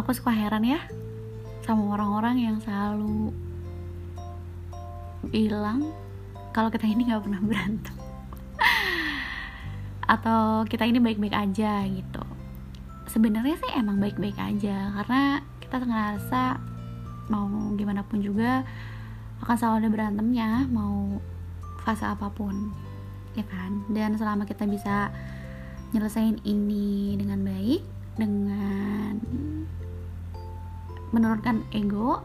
Aku suka heran ya sama orang-orang yang selalu bilang kalau kita ini gak pernah berantem atau kita ini baik-baik aja gitu. Sebenarnya sih emang baik-baik aja, karena kita ngerasa mau gimana pun juga akan selalu ada berantemnya, mau fase apapun, ya kan. Dan selama kita bisa nyelesain ini dengan baik, dengan menurunkan ego,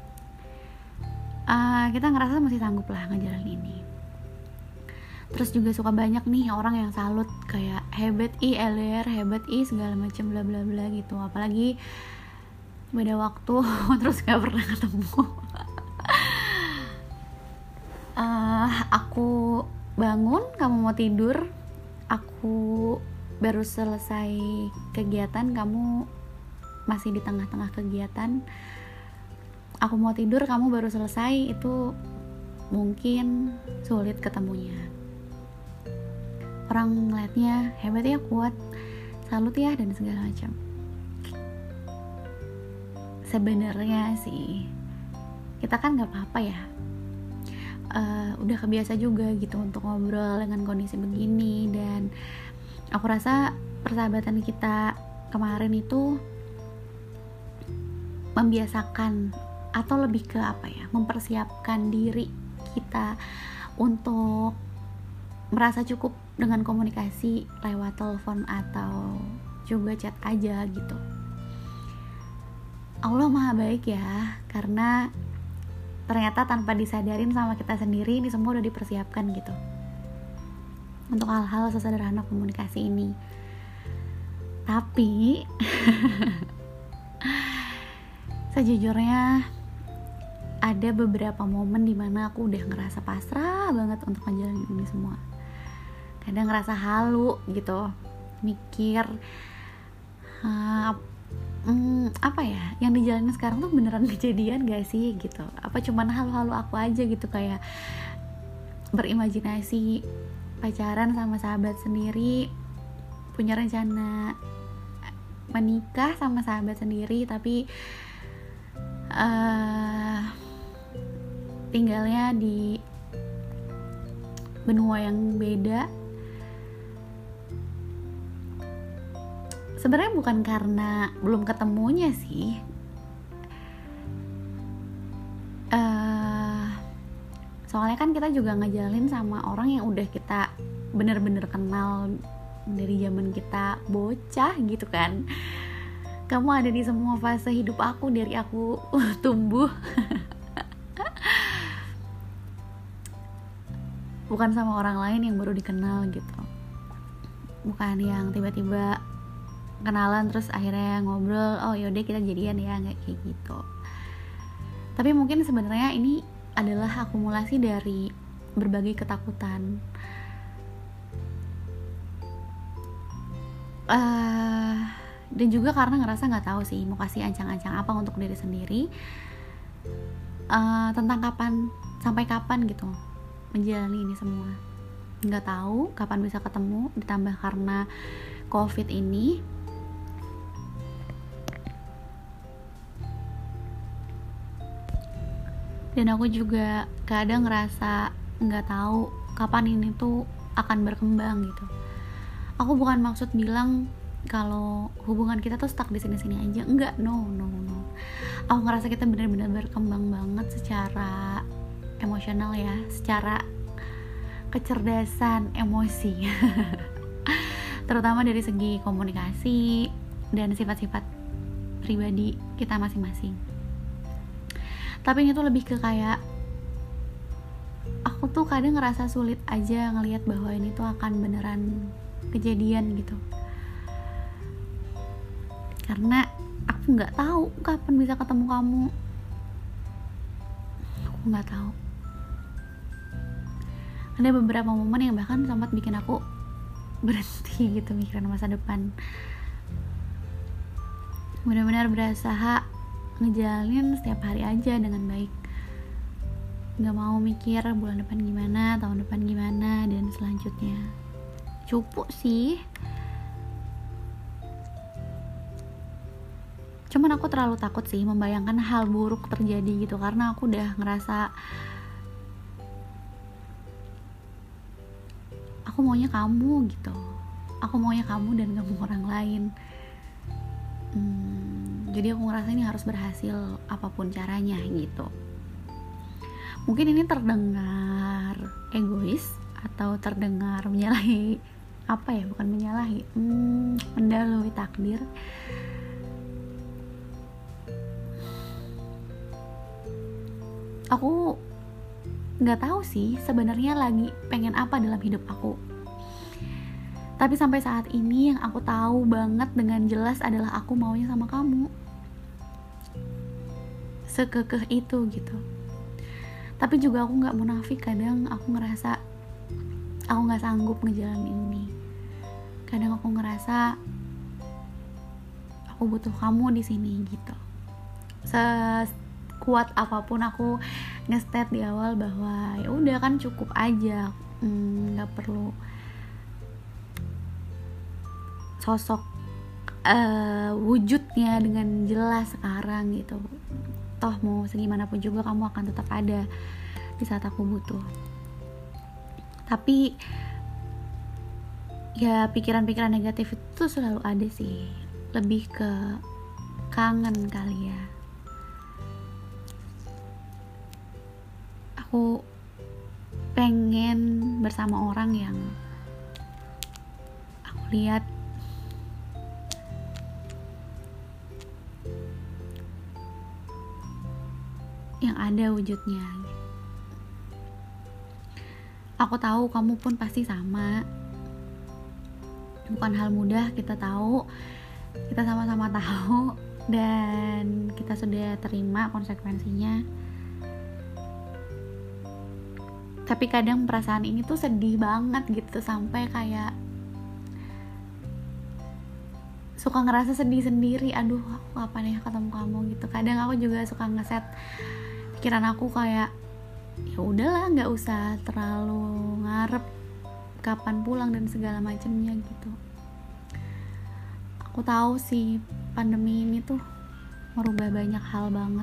kita ngerasa masih sanggup lah ngejalanin ini. Terus juga suka banyak nih orang yang salut kayak hebat LDR, hebat segala macam bla bla bla gitu. Apalagi beda waktu terus gak pernah ketemu. Aku bangun, kamu mau tidur. Aku baru selesai kegiatan, kamu masih di tengah-tengah kegiatan. Aku mau tidur, kamu baru selesai. Itu mungkin sulit ketemunya. Orang ngeliatnya hebat ya, kuat, salut ya, dan segala macam. Sebenarnya sih kita kan nggak apa-apa ya, udah kebiasa juga gitu untuk ngobrol dengan kondisi begini. Dan aku rasa persahabatan kita kemarin itu membiasakan atau lebih ke mempersiapkan diri kita untuk merasa cukup dengan komunikasi lewat telepon atau juga chat aja gitu. Allah maha baik ya, karena ternyata tanpa disadarin sama kita sendiri ini semua udah dipersiapkan gitu untuk hal-hal sesederhana komunikasi ini. Tapi sejujurnya ada beberapa momen dimana aku udah ngerasa pasrah banget untuk ngejalanin ini semua. Kadang ngerasa halu gitu, mikir yang dijalanin sekarang tuh beneran kejadian gak sih gitu, apa cuman halu-halu aku aja gitu, kayak berimajinasi pacaran sama sahabat sendiri, punya rencana menikah sama sahabat sendiri, tapi tinggalnya di benua yang beda. Sebenarnya bukan karena belum ketemunya sih, soalnya kan kita juga ngejalin sama orang yang udah kita bener-bener kenal dari zaman kita bocah gitu kan. Kamu ada di semua fase hidup aku dari aku tumbuh. Bukan sama orang lain yang baru dikenal gitu, bukan yang tiba-tiba kenalan terus akhirnya ngobrol, oh yaudah kita jadian ya, nggak kayak gitu. Tapi mungkin sebenarnya ini adalah akumulasi dari berbagai ketakutan, dan juga karena ngerasa nggak tahu sih mau kasih ancang-ancang apa untuk diri sendiri, tentang sampai kapan gitu menjalani ini semua. Nggak tahu kapan bisa ketemu, ditambah karena COVID ini. Dan aku juga kadang ngerasa nggak tahu kapan ini tuh akan berkembang gitu. Aku bukan maksud bilang kalau hubungan kita tuh stuck di sini-sini aja, enggak, no. Aku ngerasa kita benar-benar berkembang banget secara emosional ya, secara kecerdasan emosi, terutama dari segi komunikasi dan sifat-sifat pribadi kita masing-masing. Tapi ini tuh lebih ke kayak aku tuh kadang ngerasa sulit aja ngelihat bahwa ini tuh akan beneran kejadian gitu, karena aku nggak tahu kapan bisa ketemu kamu. Aku nggak tahu. Ada beberapa momen yang bahkan sempat bikin aku berhenti gitu mikirin masa depan. Benar-benar berusaha ngejalanin setiap hari aja dengan baik, nggak mau mikir bulan depan gimana, tahun depan gimana, dan selanjutnya. Cupu sih, Cuman aku terlalu takut sih membayangkan hal buruk terjadi gitu, karena aku udah ngerasa aku maunya kamu gitu, aku maunya kamu dan gak mau orang lain. Jadi aku ngerasa ini harus berhasil apapun caranya gitu. Mungkin ini terdengar egois atau terdengar menyalahi apa ya, bukan menyalahi, mendahului takdir. Aku nggak tahu sih sebenarnya lagi pengen apa dalam hidup aku. Tapi sampai saat ini yang aku tahu banget dengan jelas adalah aku maunya sama kamu. Sekekeh itu gitu. Tapi juga aku nggak munafik, kadang aku ngerasa aku nggak sanggup ngejalanin ini. Kadang aku ngerasa aku butuh kamu di sini gitu. Sekuat apapun aku nge-state di awal bahwa ya udah kan cukup aja, nggak perlu sosok wujudnya dengan jelas sekarang gitu. Toh mau segimanapun juga kamu akan tetap ada di saat aku butuh. Tapi ya pikiran-pikiran negatif itu selalu ada sih. Lebih ke kangen kali ya. Aku pengen bersama orang yang aku lihat yang ada wujudnya. Aku tahu kamu pun pasti sama. Bukan hal mudah, kita tahu, kita sama-sama tahu, dan kita sudah terima konsekuensinya. Tapi kadang perasaan ini tuh sedih banget gitu, sampai kayak suka ngerasa sedih sendiri. Aduh, aku kapan ya ketemu kamu gitu. Kadang aku juga suka ngeset pikiran aku kayak ya udahlah, nggak usah terlalu ngarep kapan pulang dan segala macamnya gitu. Aku tahu sih pandemi ini tuh merubah banyak hal banget.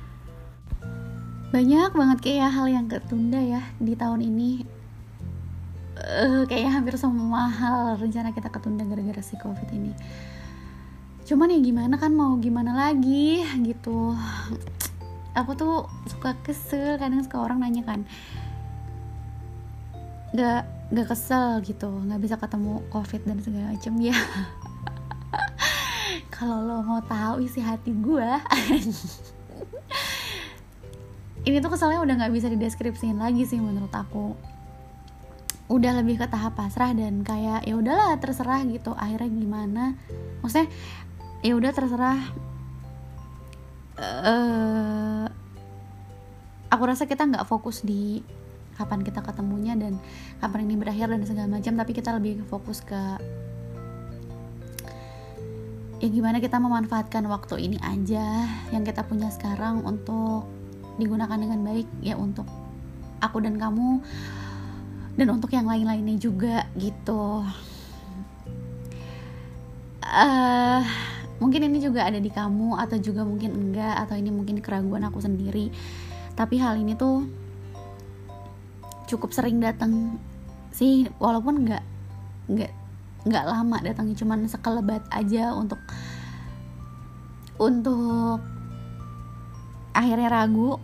Banyak banget kayak hal yang ketunda ya di tahun ini. Kayaknya hampir semua hal rencana kita ketunda gara-gara si COVID ini. Cuman ya gimana, kan mau gimana lagi gitu. Aku tuh suka kesel, kadang suka orang nanya kan, gak kesel gitu, gak bisa ketemu COVID dan segala macam ya. Kalau lo mau tahu isi hati gue, ini tuh keselnya udah gak bisa dideskripsiin lagi sih menurut aku. Udah lebih ke tahap pasrah dan kayak ya udahlah terserah gitu. Akhirnya gimana? Maksudnya ya udah terserah. Aku rasa kita nggak fokus di kapan kita ketemunya dan kapan ini berakhir dan segala macam, tapi kita lebih fokus ke ya gimana kita memanfaatkan waktu ini aja yang kita punya sekarang untuk digunakan dengan baik ya, untuk aku dan kamu dan untuk yang lain-lainnya juga gitu. Mungkin ini juga ada di kamu atau juga mungkin enggak, atau ini mungkin keraguan aku sendiri, tapi hal ini tuh cukup sering datang sih, walaupun nggak lama datangnya, cuman sekelebat aja untuk akhirnya ragu.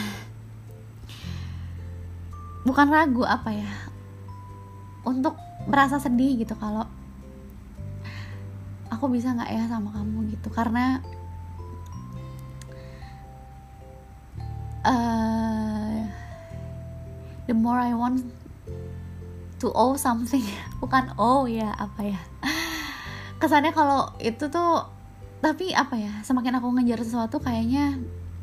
Bukan ragu, apa ya, untuk merasa sedih gitu kalau aku bisa nggak ya sama kamu gitu, karena the more I want to owe something, bukan ya apa ya, kesannya kalau itu tuh, tapi apa ya, semakin aku ngejar sesuatu kayaknya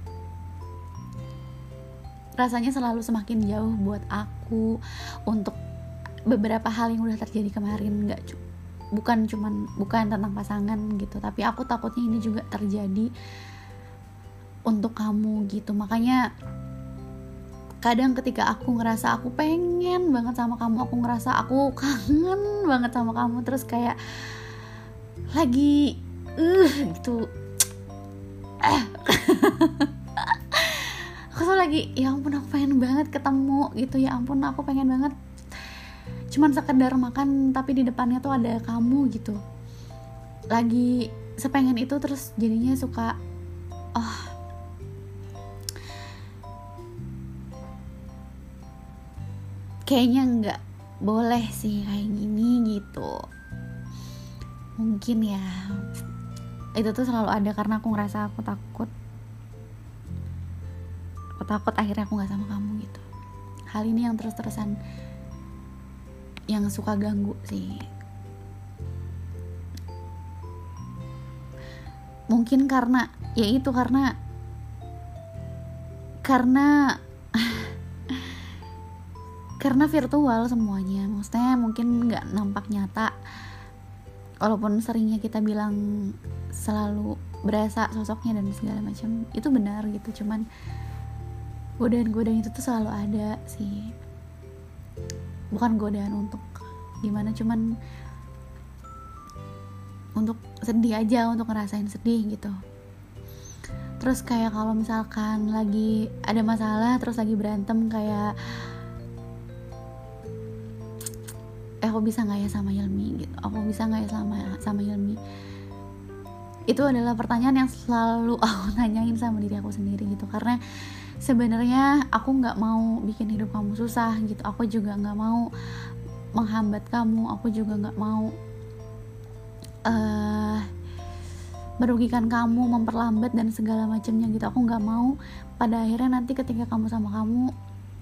rasanya selalu semakin jauh buat aku untuk beberapa hal yang udah terjadi kemarin. Bukan tentang pasangan gitu, tapi aku takutnya ini juga terjadi untuk kamu gitu. Makanya kadang ketika aku ngerasa aku pengen banget sama kamu, aku ngerasa aku kangen banget sama kamu, terus kayak lagi gitu, Aku tuh lagi, ya ampun aku pengen banget ketemu gitu, ya ampun aku pengen banget cuman sekedar makan tapi di depannya tuh ada kamu gitu. Lagi sepengen itu, terus jadinya suka kayaknya nggak boleh sih kayak gini gitu. Mungkin ya itu tuh selalu ada karena aku ngerasa aku takut akhirnya aku nggak sama kamu gitu. Hal ini yang terus-terusan yang suka ganggu sih. Mungkin karena ya itu karena karena virtual semuanya, maksudnya mungkin nggak nampak nyata walaupun seringnya kita bilang selalu berasa sosoknya dan segala macam, itu benar gitu. Cuman godaan-godaan itu tuh selalu ada sih. Bukan godaan untuk gimana, cuman untuk sedih aja, untuk ngerasain sedih gitu. Terus kayak kalau misalkan lagi ada masalah, terus lagi berantem, kayak aku bisa gak ya sama Yelmi gitu, aku bisa gak ya sama Yelmi. Itu adalah pertanyaan yang selalu aku tanyain sama diri aku sendiri gitu. Karena sebenarnya aku gak mau bikin hidup kamu susah gitu. Aku juga gak mau menghambat kamu, aku juga gak mau merugikan kamu, memperlambat dan segala macamnya gitu. Aku gak mau pada akhirnya nanti ketika kamu sama kamu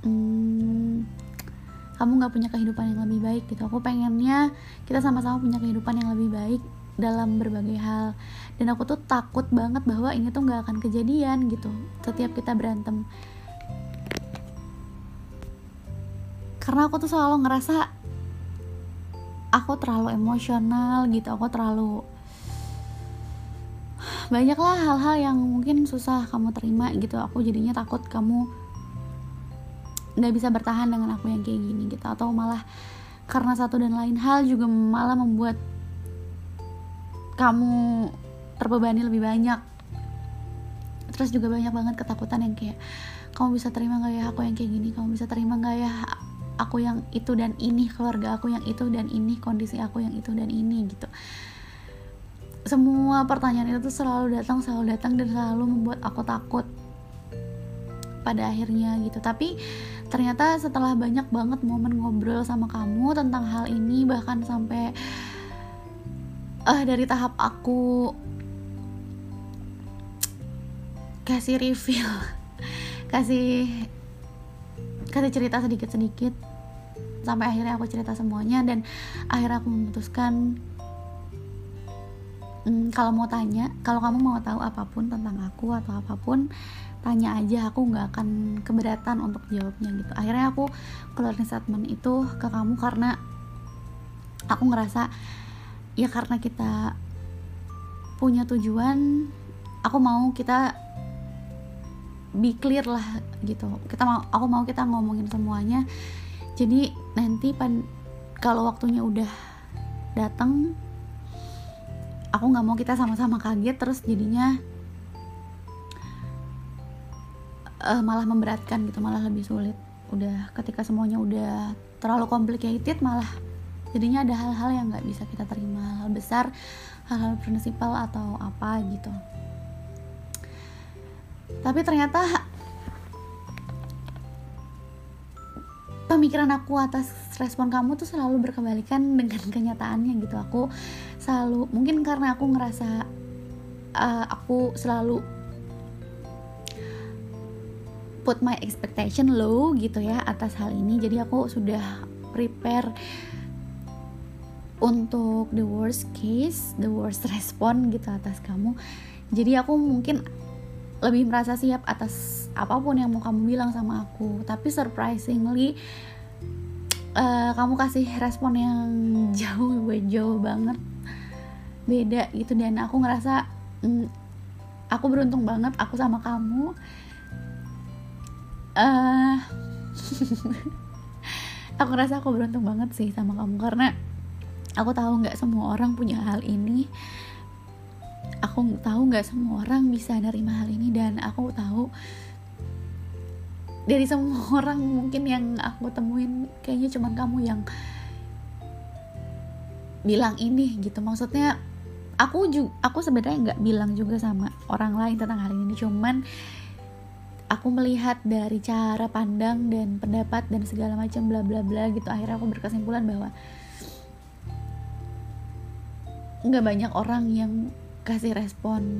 gak punya kehidupan yang lebih baik gitu. Aku pengennya kita sama-sama punya kehidupan yang lebih baik dalam berbagai hal. Dan aku tuh takut banget bahwa ini tuh gak akan kejadian gitu setiap kita berantem. Karena aku tuh selalu ngerasa aku terlalu emosional gitu. Aku terlalu banyaklah hal-hal yang mungkin susah kamu terima gitu. Aku jadinya takut kamu gak bisa bertahan dengan aku yang kayak gini gitu. Atau malah karena satu dan lain hal juga malah membuat kamu terbebani lebih banyak. Terus juga banyak banget ketakutan yang kayak, kamu bisa terima gak ya aku yang kayak gini, kamu bisa terima gak ya aku yang itu dan ini, keluarga aku yang itu dan ini, kondisi aku yang itu dan ini gitu. Semua pertanyaan itu tuh selalu datang dan selalu membuat aku takut pada akhirnya gitu. Tapi ternyata setelah banyak banget momen ngobrol sama kamu tentang hal ini, bahkan sampai dari tahap aku kasih reveal, kasih cerita sedikit-sedikit, sampai akhirnya aku cerita semuanya. Dan akhirnya aku memutuskan, kalau kamu mau tahu apapun tentang aku atau apapun, tanya aja, aku gak akan keberatan untuk jawabnya gitu. Akhirnya aku keluarin statement itu ke kamu karena aku ngerasa ya karena kita punya tujuan, aku mau kita be clear lah gitu. Aku mau kita ngomongin semuanya. Jadi nanti kalau waktunya udah datang, aku nggak mau kita sama-sama kaget terus jadinya malah memberatkan gitu, malah lebih sulit. Udah ketika semuanya udah terlalu complicated, malah jadinya ada hal-hal yang nggak bisa kita terima, hal besar, hal-hal prinsipal atau apa gitu. Tapi ternyata pemikiran aku atas respon kamu tuh selalu berkebalikan dengan kenyataannya gitu. Aku selalu, mungkin karena aku ngerasa aku selalu put my expectation low gitu ya atas hal ini. Jadi aku sudah prepare untuk the worst case, the worst respon gitu atas kamu. Jadi aku mungkin lebih merasa siap atas apapun yang mau kamu bilang sama aku. Tapi surprisingly kamu kasih respon yang jauh banget beda gitu. Dan aku ngerasa aku beruntung banget aku sama kamu. Aku ngerasa aku beruntung banget sih sama kamu, karena aku tahu nggak semua orang punya hal ini. Aku tahu nggak semua orang bisa nerima hal ini, dan aku tahu dari semua orang mungkin yang aku temuin kayaknya cuman kamu yang bilang ini gitu. Maksudnya aku sebenarnya nggak bilang juga sama orang lain tentang hal ini, cuman aku melihat dari cara pandang dan pendapat dan segala macam bla bla bla gitu, akhirnya aku berkesimpulan bahwa nggak banyak orang yang kasih respon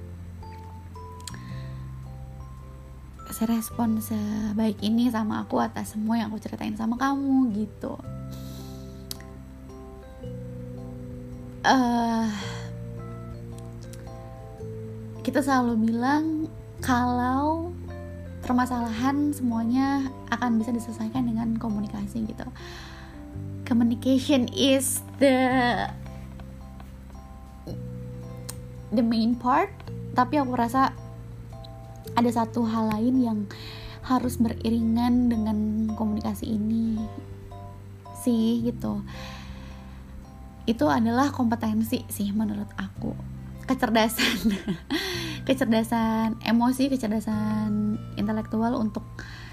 sebaik ini sama aku atas semua yang aku ceritain sama kamu gitu. Kita selalu bilang kalau permasalahan semuanya akan bisa diselesaikan dengan komunikasi gitu. Communication is the main part, tapi aku rasa ada satu hal lain yang harus beriringan dengan komunikasi ini sih gitu. Itu adalah kompetensi sih menurut aku, kecerdasan kecerdasan emosi, kecerdasan intelektual untuk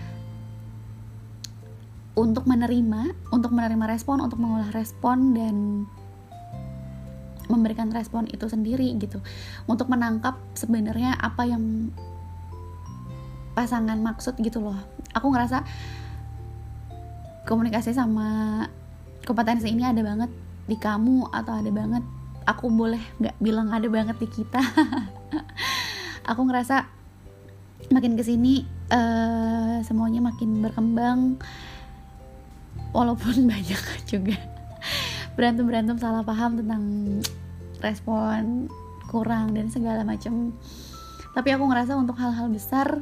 menerima respon, untuk mengolah respon dan memberikan respon itu sendiri gitu, untuk menangkap sebenarnya apa yang pasangan maksud gitu loh. Aku ngerasa komunikasi sama kompetensi ini ada banget di kamu, atau ada banget, aku boleh nggak bilang ada banget di kita. Aku ngerasa makin kesini semuanya makin berkembang, walaupun banyak juga berantem salah paham tentang respon kurang dan segala macam. Tapi aku ngerasa untuk hal-hal besar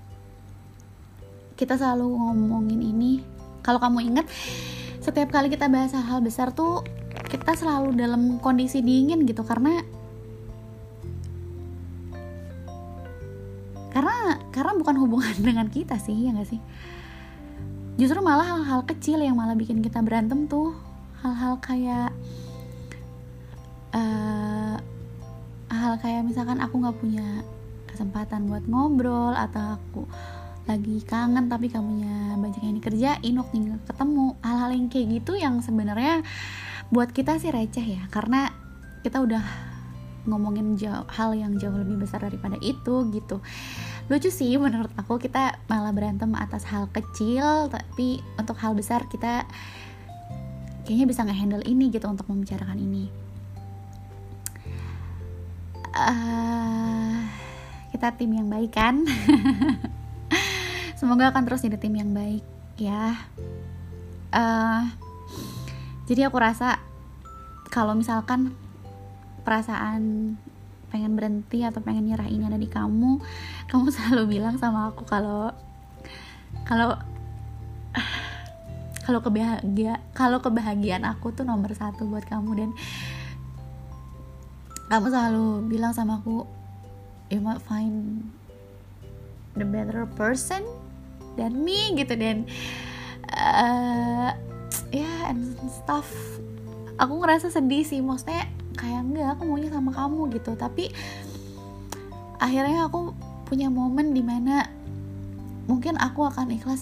kita selalu ngomongin ini. Kalau kamu ingat, setiap kali kita bahas hal-hal besar tuh kita selalu dalam kondisi dingin gitu, karena bukan hubungan dengan kita sih, ya nggak sih? Justru malah hal-hal kecil yang malah bikin kita berantem tuh. Hal-hal kayak misalkan aku nggak punya kesempatan buat ngobrol, atau aku lagi kangen tapi kamunya banyak yang dikerjain waktu nggak ketemu. Hal-hal yang kayak gitu yang sebenarnya buat kita sih receh ya, karena kita udah ngomongin hal yang jauh lebih besar daripada itu gitu. Lucu sih menurut aku, kita malah berantem atas hal kecil, tapi untuk hal besar kita kayaknya bisa nge-handle ini gitu untuk membicarakan ini. Kita tim yang baik kan? Semoga akan terus jadi tim yang baik ya. Jadi aku rasa kalau misalkan perasaan pengen berhenti atau pengen nyerah ini ada di kamu selalu bilang sama aku kalau kebahagiaan aku tuh nomor 1 buat kamu, dan kamu selalu bilang sama aku, you might find the better person than me gitu, dan and stuff. Aku ngerasa sedih sih, maksudnya kayak enggak, aku maunya sama kamu gitu. Tapi akhirnya aku punya momen dimana mungkin aku akan ikhlas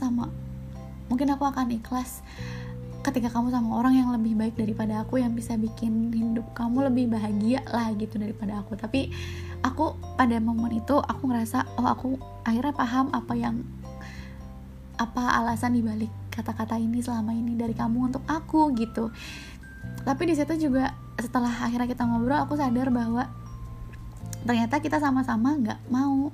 ketika kamu sama orang yang lebih baik daripada aku, yang bisa bikin hidup kamu lebih bahagia lah gitu daripada aku. Tapi aku pada momen itu aku ngerasa, aku akhirnya paham apa alasan dibalik kata-kata ini selama ini dari kamu untuk aku gitu. Tapi di situ juga setelah akhirnya kita ngobrol, aku sadar bahwa ternyata kita sama-sama nggak mau,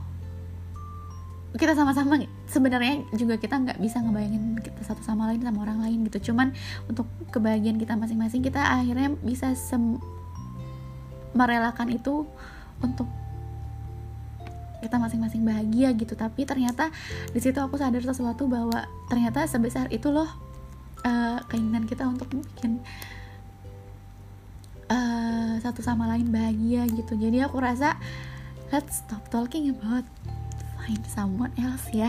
kita sama-sama sebenarnya juga kita nggak bisa ngebayangin kita satu sama lain sama orang lain gitu. Cuman untuk kebahagiaan kita masing-masing, kita akhirnya bisa merelakan itu untuk kita masing-masing bahagia gitu. Tapi ternyata di situ aku sadar sesuatu, bahwa ternyata sebesar itu loh keinginan kita untuk bikin satu sama lain bahagia gitu. Jadi aku rasa let's stop talking about find someone else ya.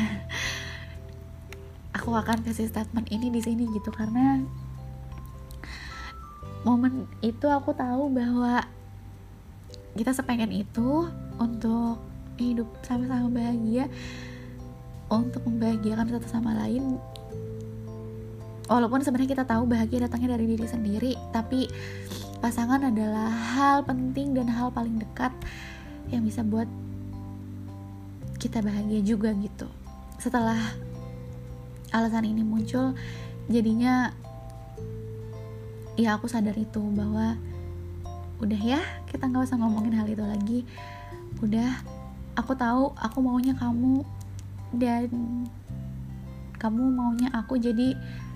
Aku akan kasih statement ini di sini gitu, karena momen itu aku tahu bahwa kita sepengen itu untuk hidup sama-sama bahagia, untuk membahagiakan satu sama lain. Walaupun sebenarnya kita tahu bahagia datangnya dari diri sendiri, tapi pasangan adalah hal penting dan hal paling dekat yang bisa buat kita bahagia juga gitu. Setelah alasan ini muncul, jadinya ya aku sadar itu bahwa udah ya, kita gak usah ngomongin hal itu lagi. Udah, aku tahu aku maunya kamu dan kamu maunya aku, jadi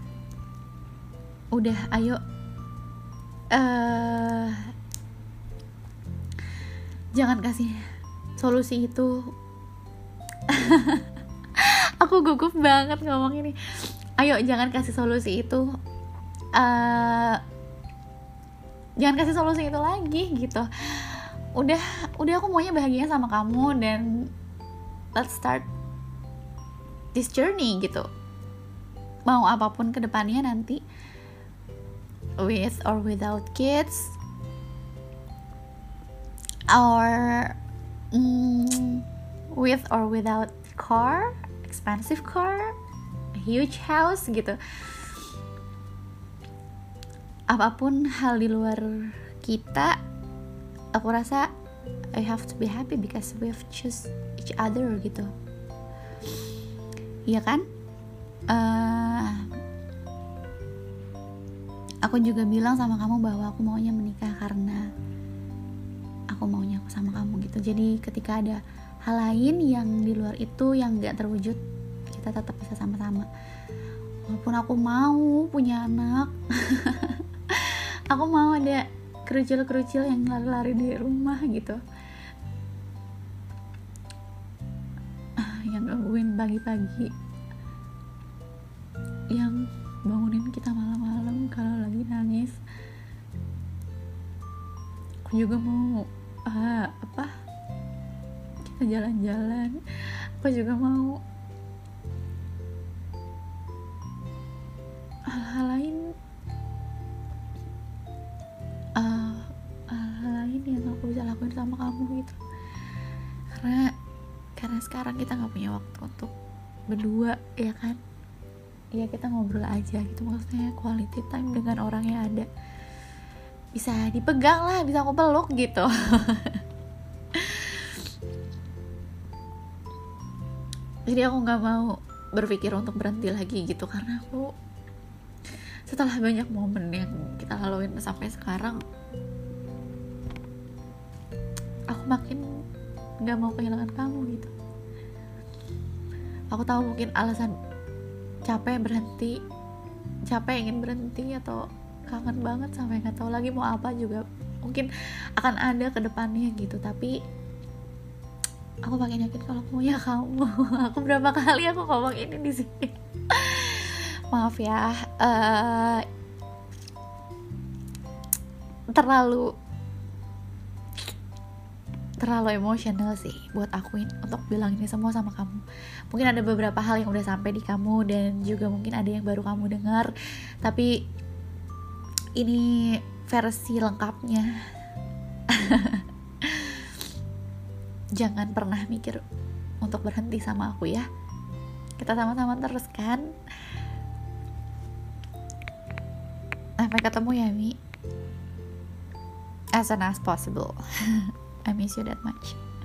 udah ayo jangan kasih solusi itu. Aku gugup banget ngomong ini. Ayo jangan kasih solusi itu, jangan kasih solusi itu lagi gitu. Udah aku maunya bahagia sama kamu, dan let's start this journey gitu. Mau apapun kedepannya nanti, with or without kids, or with or without car, expensive car, a huge house gitu. Apapun hal di luar kita, aku rasa I have to be happy because we've choose each other gitu. Iya kan? Aku juga bilang sama kamu bahwa aku maunya menikah karena aku maunya aku sama kamu gitu. Jadi ketika ada hal lain yang di luar itu yang gak terwujud, kita tetap bisa sama-sama. Walaupun aku mau punya anak, aku mau ada kerucil-kerucil yang lari-lari di rumah gitu, yang gangguin pagi-pagi, yang bangunin kita malam-malam kalau lagi nangis. Aku juga mau kita jalan-jalan. Aku juga mau hal-hal lain yang aku bisa lakuin sama kamu gitu. Karena sekarang kita nggak punya waktu untuk berdua, ya kan? Ya kita ngobrol aja gitu, maksudnya quality time dengan orang yang ada, bisa dipegang lah, bisa aku peluk gitu. Jadi aku nggak mau berpikir untuk berhenti lagi gitu, karena aku setelah banyak momen yang kita laluin sampai sekarang, aku makin nggak mau kehilangan kamu gitu. Aku tahu mungkin alasan capek ingin berhenti, atau kangen banget sampai nggak tahu lagi mau apa juga mungkin akan ada ke depannya gitu. Tapi aku makin yakin kalau aku punya kamu. Aku berapa kali aku ngomong ini di sini. Maaf ya, terlalu emosional sih buat aku untuk bilang ini semua sama kamu. Mungkin ada beberapa hal yang udah sampai di kamu, dan juga mungkin ada yang baru kamu dengar, tapi ini versi lengkapnya. Jangan pernah mikir untuk berhenti sama aku ya. Kita sama-sama teruskan sampai ketemu ya, Mi. As soon as possible. I miss you that much.